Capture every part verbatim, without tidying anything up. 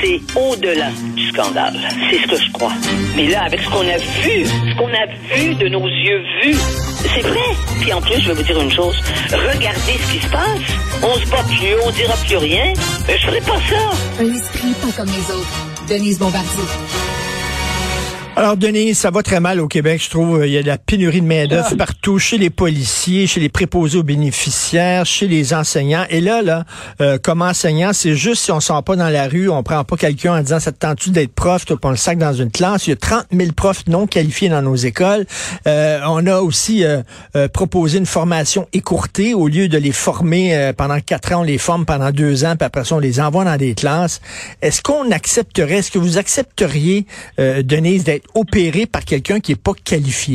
c'est au-delà du scandale. C'est ce que je crois. Mais là, avec ce qu'on a vu, ce qu'on a vu de nos yeux vus, c'est vrai. Puis en plus, je vais vous dire une chose. Regardez ce qui se passe. On se bat plus, on dira plus rien. Je ferai pas ça. Un esprit pas comme les autres. Denise Bombardier. Alors, Denise, ça va très mal au Québec, je trouve. Il y a de la pénurie de main-d'œuvre ah. partout, chez les policiers, chez les préposés aux bénéficiaires, chez les enseignants. Et là, là, euh, comme enseignant, c'est juste si on sort pas dans la rue, on prend pas quelqu'un en disant « ça te tente-tu d'être prof », toi, puis on le sac dans une classe. Il y a trente mille profs non qualifiés dans nos écoles. Euh, on a aussi euh, euh, proposé une formation écourtée. Au lieu de les former euh, pendant quatre ans, on les forme pendant deux ans, puis après ça, on les envoie dans des classes. Est-ce qu'on accepterait, est-ce que vous accepteriez, euh, Denise, d'être opéré par quelqu'un qui n'est pas qualifié?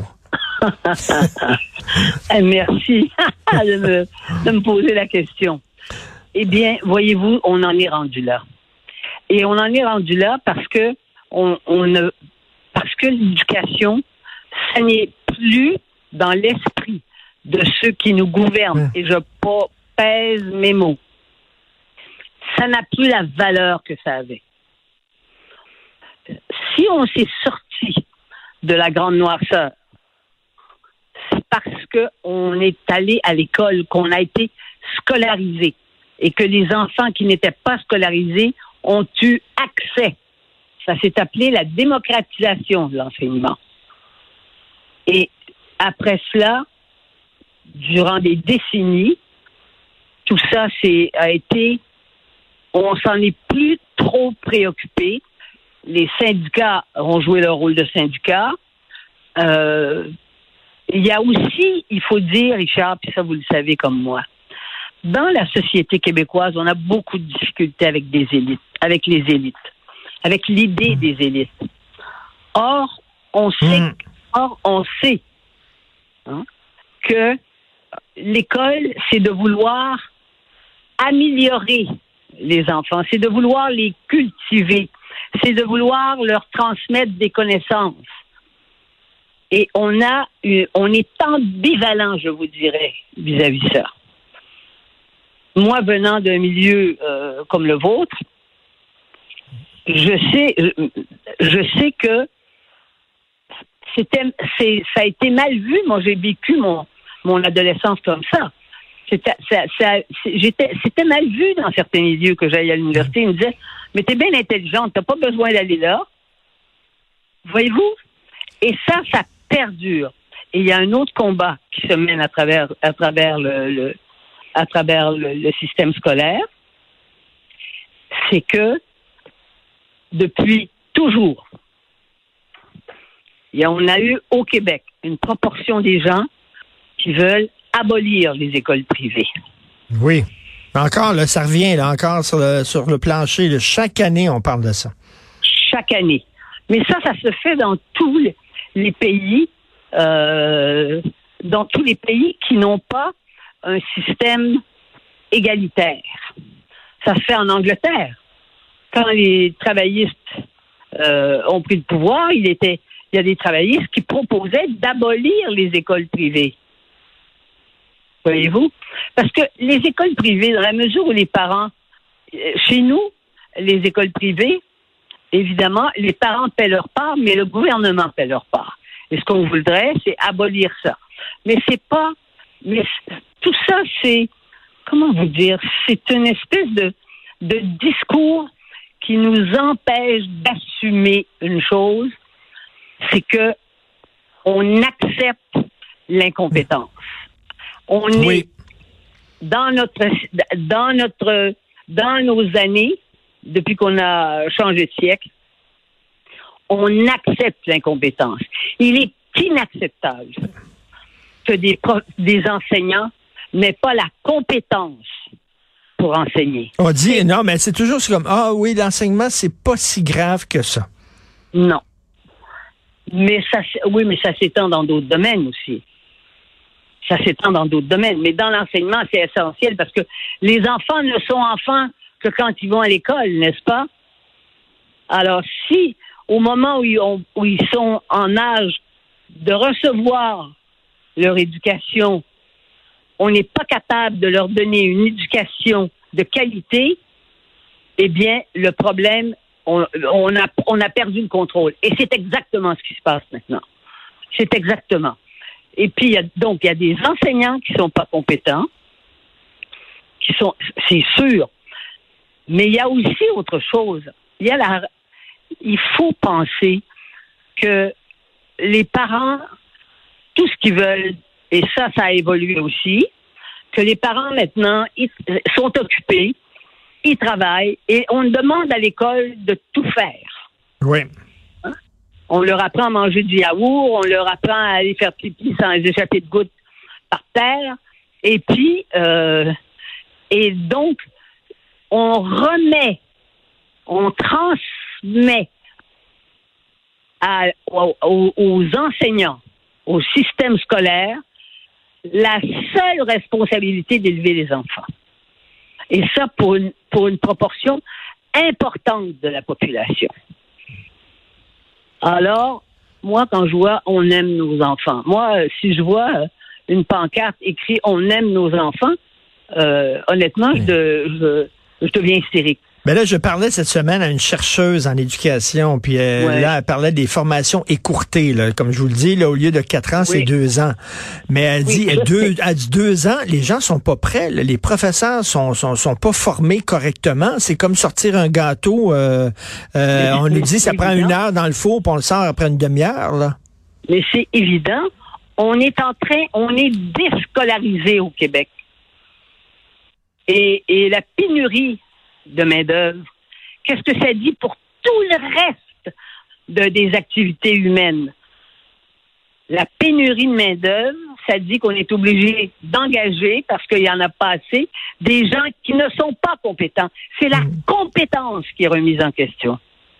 Merci de me, de me poser la question. Eh bien, voyez-vous, on en est rendu là. Et on en est rendu là parce que on, on ne, parce que l'éducation, ça n'est plus dans l'esprit de ceux qui nous gouvernent. Et je pèse mes mots. Ça n'a plus la valeur que ça avait. Si on s'est sorti de la grande noirceur, c'est parce qu'on est allé à l'école, qu'on a été scolarisé et que les enfants qui n'étaient pas scolarisés ont eu accès. Ça s'est appelé la démocratisation de l'enseignement. Et après cela, durant des décennies, tout ça c'est, a été, on s'en est plus trop préoccupé. Les syndicats ont joué leur rôle de syndicats. Euh, il y a aussi, il faut dire, Richard, puis ça vous le savez comme moi, dans la société québécoise, on a beaucoup de difficultés avec des élites, avec les élites, avec l'idée des élites. Or, on sait, mmh. or, on sait hein, que l'école, c'est de vouloir améliorer les enfants, c'est de vouloir les cultiver. C'est de vouloir leur transmettre des connaissances. Et on a, on est ambivalent, je vous dirais, vis-à-vis de ça. Moi, venant d'un milieu euh, comme le vôtre, je sais, je sais que c'était, c'est, ça a été mal vu. Moi, j'ai vécu mon, mon adolescence comme ça. C'était, ça, ça, j'étais, c'était mal vu dans certains milieux que j'allais à l'université. Ils me disaient, mais t'es bien intelligente, t'as pas besoin d'aller là. Voyez-vous? Et ça, ça perdure. Et il y a un autre combat qui se mène à travers, à travers le, le à travers le, le système scolaire. C'est que, depuis toujours, il y a, on a eu au Québec une proportion des gens qui veulent abolir les écoles privées. Oui. Encore, là, ça revient, là, encore sur le, sur le plancher. Là. Chaque année, on parle de ça. Chaque année. Mais ça, ça se fait dans tous les, les pays, euh, dans tous les pays qui n'ont pas un système égalitaire. Ça se fait en Angleterre. Quand les travaillistes euh, ont pris le pouvoir, il était, il y a des travaillistes qui proposaient d'abolir les écoles privées. Voyez-vous? Parce que les écoles privées, dans la mesure où les parents, chez nous, les écoles privées, évidemment, les parents paient leur part, mais le gouvernement paie leur part. Et ce qu'on voudrait, c'est abolir ça. Mais c'est pas, mais tout ça, c'est, comment vous dire, c'est une espèce de, de discours qui nous empêche d'assumer une chose, c'est que on accepte l'incompétence. On oui. est dans notre dans notre dans nos années, depuis qu'on a changé de siècle, on accepte l'incompétence. Il est inacceptable que des pro- des enseignants n'aient pas la compétence pour enseigner. On dit non, mais c'est toujours comme ah oui, l'enseignement c'est pas si grave que ça. Non. Mais ça oui, mais ça s'étend dans d'autres domaines aussi. Ça s'étend dans d'autres domaines. Mais dans l'enseignement, c'est essentiel parce que les enfants ne sont enfants que quand ils vont à l'école, n'est-ce pas? Alors, si, au moment où ils, ont, où ils sont en âge de recevoir leur éducation, on n'est pas capable de leur donner une éducation de qualité, eh bien, le problème, on, on, a, on a perdu le contrôle. Et c'est exactement ce qui se passe maintenant. C'est exactement. Et puis, il y a, donc, il y a des enseignants qui sont pas compétents, qui sont, c'est sûr. Mais il y a aussi autre chose. Il y a la, il faut penser que les parents, tout ce qu'ils veulent, et ça, ça a évolué aussi, que les parents, maintenant, ils sont occupés, ils travaillent, et on demande à l'école de tout faire. Oui. Hein? On leur apprend à manger du yaourt, on leur apprend à aller faire pipi sans échapper de gouttes par terre, et puis, euh, et donc, on remet, on transmet à, aux, aux enseignants, au système scolaire, la seule responsabilité d'élever les enfants. Et ça pour une, pour une proportion importante de la population. Alors, moi, quand je vois « on aime nos enfants », moi, si je vois une pancarte écrite « on aime nos enfants », euh, honnêtement, oui. je, je, je deviens hystérique. Mais là, je parlais cette semaine à une chercheuse en éducation, puis euh, ouais. là, elle parlait des formations écourtées, là, comme je vous le dis, là, au lieu de quatre ans, oui. c'est deux ans. Mais elle dit, oui, deux, elle dit deux ans, les gens sont pas prêts, là, les professeurs sont, sont sont pas formés correctement. C'est comme sortir un gâteau. Euh, euh, on nous dit, ça évident. prend une heure dans le four, puis on le sort après une demi-heure, là. Mais c'est évident. On est en train, on est déscolarisé au Québec. Et, et la pénurie de main-d'œuvre, qu'est-ce que ça dit pour tout le reste de, des activités humaines? La pénurie de main-d'œuvre, ça dit qu'on est obligé d'engager, parce qu'il n'y en a pas assez, des gens qui ne sont pas compétents. C'est la mmh. compétence qui est remise en question.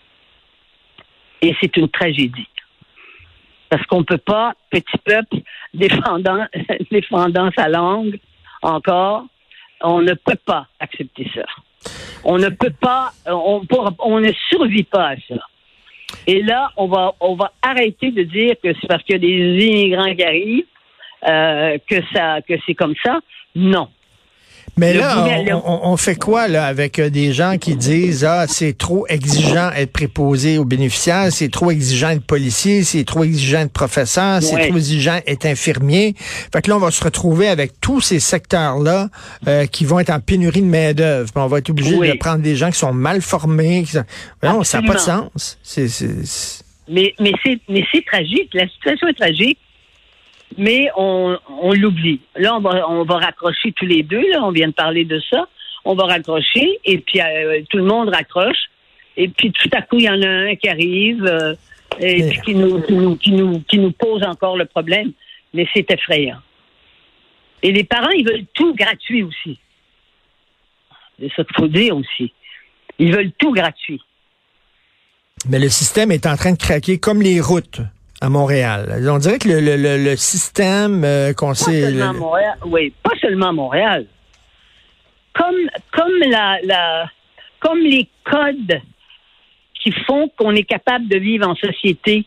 Et c'est une tragédie. Parce qu'on ne peut pas, petit peuple, défendant, défendant sa langue, encore, on ne peut pas accepter ça. On ne peut pas, on, on ne survit pas à ça. Et là, on va, on va arrêter de dire que c'est parce qu'il y a des immigrants qui arrivent euh, que ça, que c'est comme ça. Non. Mais le là, on, on, on fait quoi là avec des gens qui disent ah c'est trop exigeant être préposé aux bénéficiaires, c'est trop exigeant être policier, c'est trop exigeant être professeur, c'est ouais. trop exigeant être infirmier. Fait que là on va se retrouver avec tous ces secteurs là euh, qui vont être en pénurie de main d'œuvre. On va être obligé oui. de prendre des gens qui sont mal formés. Qui sont... Non, ça n'a pas de sens. C'est, c'est, c'est... Mais mais c'est mais c'est tragique. La situation est tragique. Mais on, on l'oublie. Là, on va, on va raccrocher tous les deux. Là, on vient de parler de ça. On va raccrocher et puis euh, tout le monde raccroche. Et puis tout à coup, il y en a un qui arrive euh, et puis qui nous, qui nous, qui nous, qui nous pose encore le problème. Mais c'est effrayant. Et les parents, ils veulent tout gratuit aussi. C'est ça qu'il faut dire aussi. Ils veulent tout gratuit. Mais le système est en train de craquer comme les routes. À Montréal. On dirait que le, le, le, le système euh, qu'on sait... Pas seulement le... Montréal, oui, pas seulement Montréal. Comme, comme, la, la, comme les codes qui font qu'on est capable de vivre en société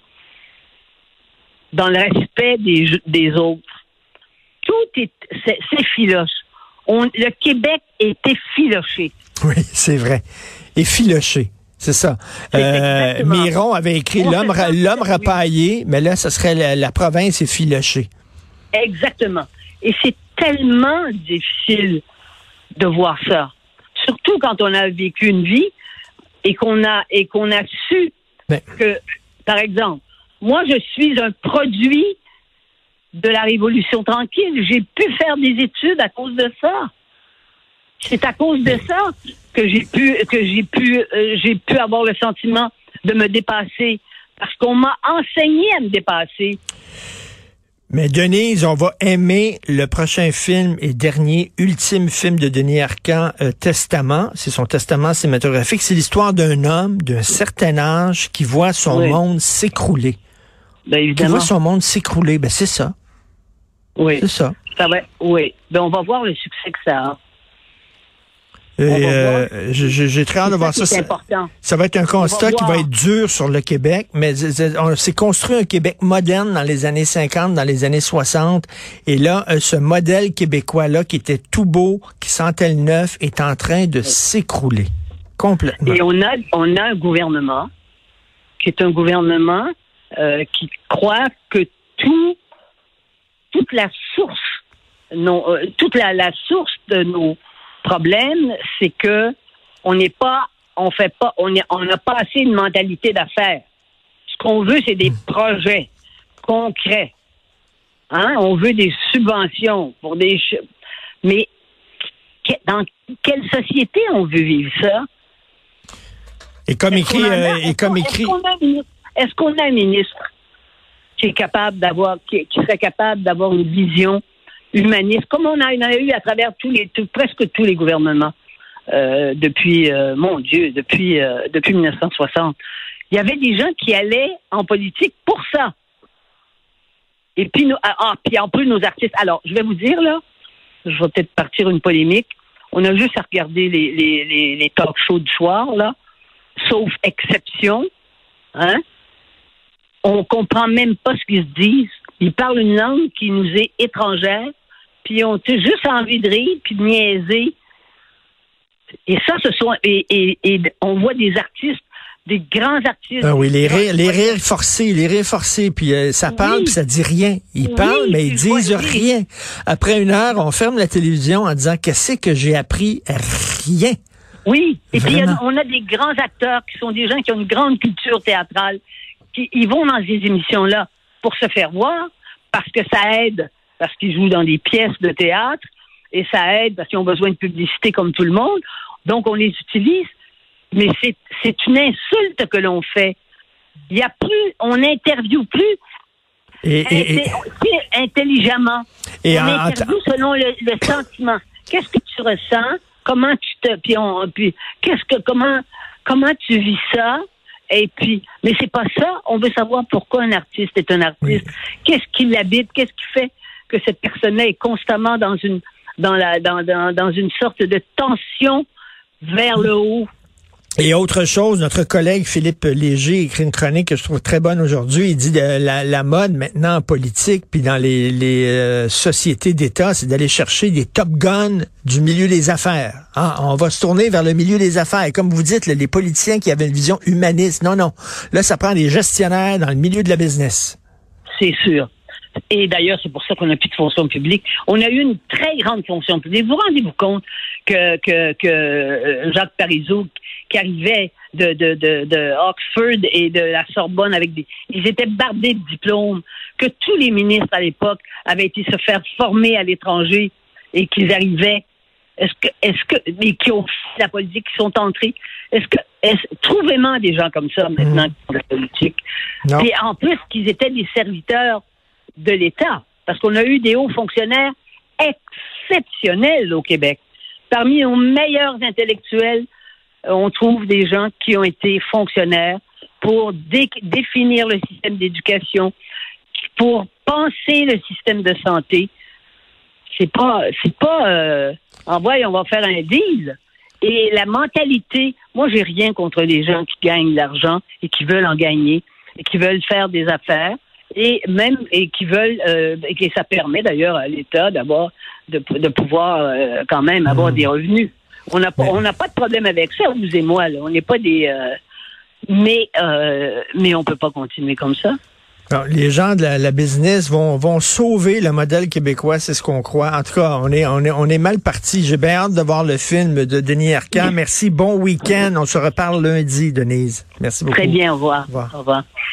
dans le respect des, des autres. Tout est... C'est, c'est filoche. On, le Québec est effiloché. Oui, c'est vrai. Effiloché. C'est ça. Euh, Miron avait écrit l'homme, l'homme repaillé, mais là, ce serait la, la province effilochée. Exactement. Et c'est tellement difficile de voir ça. Surtout quand on a vécu une vie et qu'on a, et qu'on a su ben. que, par exemple, moi, je suis un produit de la Révolution tranquille. J'ai pu faire des études à cause de ça. C'est à cause de ça que j'ai pu que j'ai pu euh, j'ai pu avoir le sentiment de me dépasser parce qu'on m'a enseigné à me dépasser. Mais Denise, on va aimer le prochain film et dernier ultime film de Denis Arcand, euh, Testament. C'est son testament cinématographique. C'est l'histoire d'un homme d'un certain âge qui voit son oui. monde s'écrouler. Ben, évidemment. Qui voit son monde s'écrouler. Ben c'est ça. Oui. C'est ça. Ça va. Oui. Ben on va voir le succès que ça a. Et euh, j'ai, j'ai très hâte de voir ça. C'est important. Ça va être un constat va qui va être dur sur le Québec, mais on s'est construit un Québec moderne dans les années cinquante, dans les années soixante. Et là, ce modèle québécois-là, qui était tout beau, qui sentait le neuf, est en train de s'écrouler. Complètement. Et on a, on a un gouvernement qui est un gouvernement euh, qui croit que tout, toute la source, non, euh, toute la, la source de nos problèmes, c'est que on n'est pas, on fait pas, on est, on n'a pas assez une mentalité d'affaires. Ce qu'on veut, c'est des projets concrets. Hein? On veut des subventions pour des, ch- mais que, dans quelle société on veut vivre ça? Et comme Est-ce écrit, qu'on en a- euh, et est-ce comme qu'on- écrit. Est-ce qu'on a un ministre, est-ce qu'on a un ministre qui est capable d'avoir, qui, qui serait capable d'avoir une vision humaniste, comme on a, on a eu à travers tous les, tout- presque tous les gouvernements euh, depuis, euh, mon Dieu, depuis euh, depuis mille neuf cent soixante. Il y avait des gens qui allaient en politique pour ça. Et puis, nous, ah, ah, puis en plus nos artistes. Alors, je vais vous dire là, je vais peut-être partir une polémique. On a juste à regarder les les les, les talk shows du soir là, sauf exception, hein. On comprend même pas ce qu'ils se disent. Ils parlent une langue qui nous est étrangère, puis on a juste envie de rire, puis de niaiser. Et ça, ce sont et, et, et on voit des artistes, des grands artistes. Ah oui, les rires, les rires forcés, les rires forcés, puis euh, ça parle, Oui. puis ça dit rien. Ils Oui, parlent, mais ils tu vois, disent oui. rien. Après une heure, on ferme la télévision en disant qu'est-ce que j'ai appris? Rien. Oui, et puis il y a- Vraiment. on a des grands acteurs qui sont des gens qui ont une grande culture théâtrale, qui ils vont dans ces émissions-là pour se faire voir, parce que ça aide, parce qu'ils jouent dans des pièces de théâtre, et ça aide parce qu'ils ont besoin de publicité comme tout le monde. Donc on les utilise, mais c'est c'est une insulte que l'on fait. Il y a plus, on n'interviewe plus Et, et, et, inté- intelligemment. et on en- interviewe selon le, le sentiment. Qu'est-ce que tu ressens? Comment tu te, puis on, puis qu'est-ce que, comment, comment tu vis ça? Et puis, mais c'est pas ça. On veut savoir pourquoi un artiste est un artiste. Oui. Qu'est-ce qui l'habite? Qu'est-ce qui fait que cette personne-là est constamment dans une, dans la, dans, dans, dans une sorte de tension vers le haut? Et autre chose, notre collègue Philippe Léger écrit une chronique que je trouve très bonne aujourd'hui. Il dit de la, la mode maintenant en politique puis dans les, les euh, sociétés d'État, c'est d'aller chercher des top guns du milieu des affaires. Ah, on va se tourner vers le milieu des affaires. Et comme vous dites, là, les politiciens qui avaient une vision humaniste, non, non. Là, ça prend des gestionnaires dans le milieu de la business. C'est sûr. Et d'ailleurs, c'est pour ça qu'on n'a plus de fonction publique. On a eu une très grande fonction publique. Vous rendez-vous compte que, que, que Jacques Parizeau, qui arrivait de, de, de, de Oxford et de la Sorbonne avec des... Ils étaient bardés de diplômes, que tous les ministres à l'époque avaient été se faire former à l'étranger et qu'ils arrivaient... Est-ce que... Est-ce que... Mais qui ont fait la politique, qui sont entrés... Est-ce que... Est-ce, trouvez-moi des gens comme ça maintenant qui font la politique. Non. Et en plus, qu'ils étaient des serviteurs de l'État, parce qu'on a eu des hauts fonctionnaires exceptionnels au Québec. Parmi nos meilleurs intellectuels, on trouve des gens qui ont été fonctionnaires pour dé- définir le système d'éducation, pour penser le système de santé. C'est pas, c'est pas, euh, en vrai, on va faire un deal. Et la mentalité, moi, j'ai rien contre les gens qui gagnent de l'argent et qui veulent en gagner et qui veulent faire des affaires. Et même et qui veulent euh, et que ça permet d'ailleurs à l'État d'avoir de, de pouvoir euh, quand même avoir mmh. des revenus. On n'a pas on n'a pas de problème avec ça, vous et moi là. On n'est pas des euh, mais euh, mais on peut pas continuer comme ça. Alors, les gens de la, la business vont vont sauver le modèle québécois, c'est ce qu'on croit. En tout cas, on est on est on est mal parti. J'ai bien hâte de voir le film de Denis Arcand. Merci, bon week-end. On se reparle lundi, Denise. Merci beaucoup. Très bien, au revoir. Au revoir. Au revoir.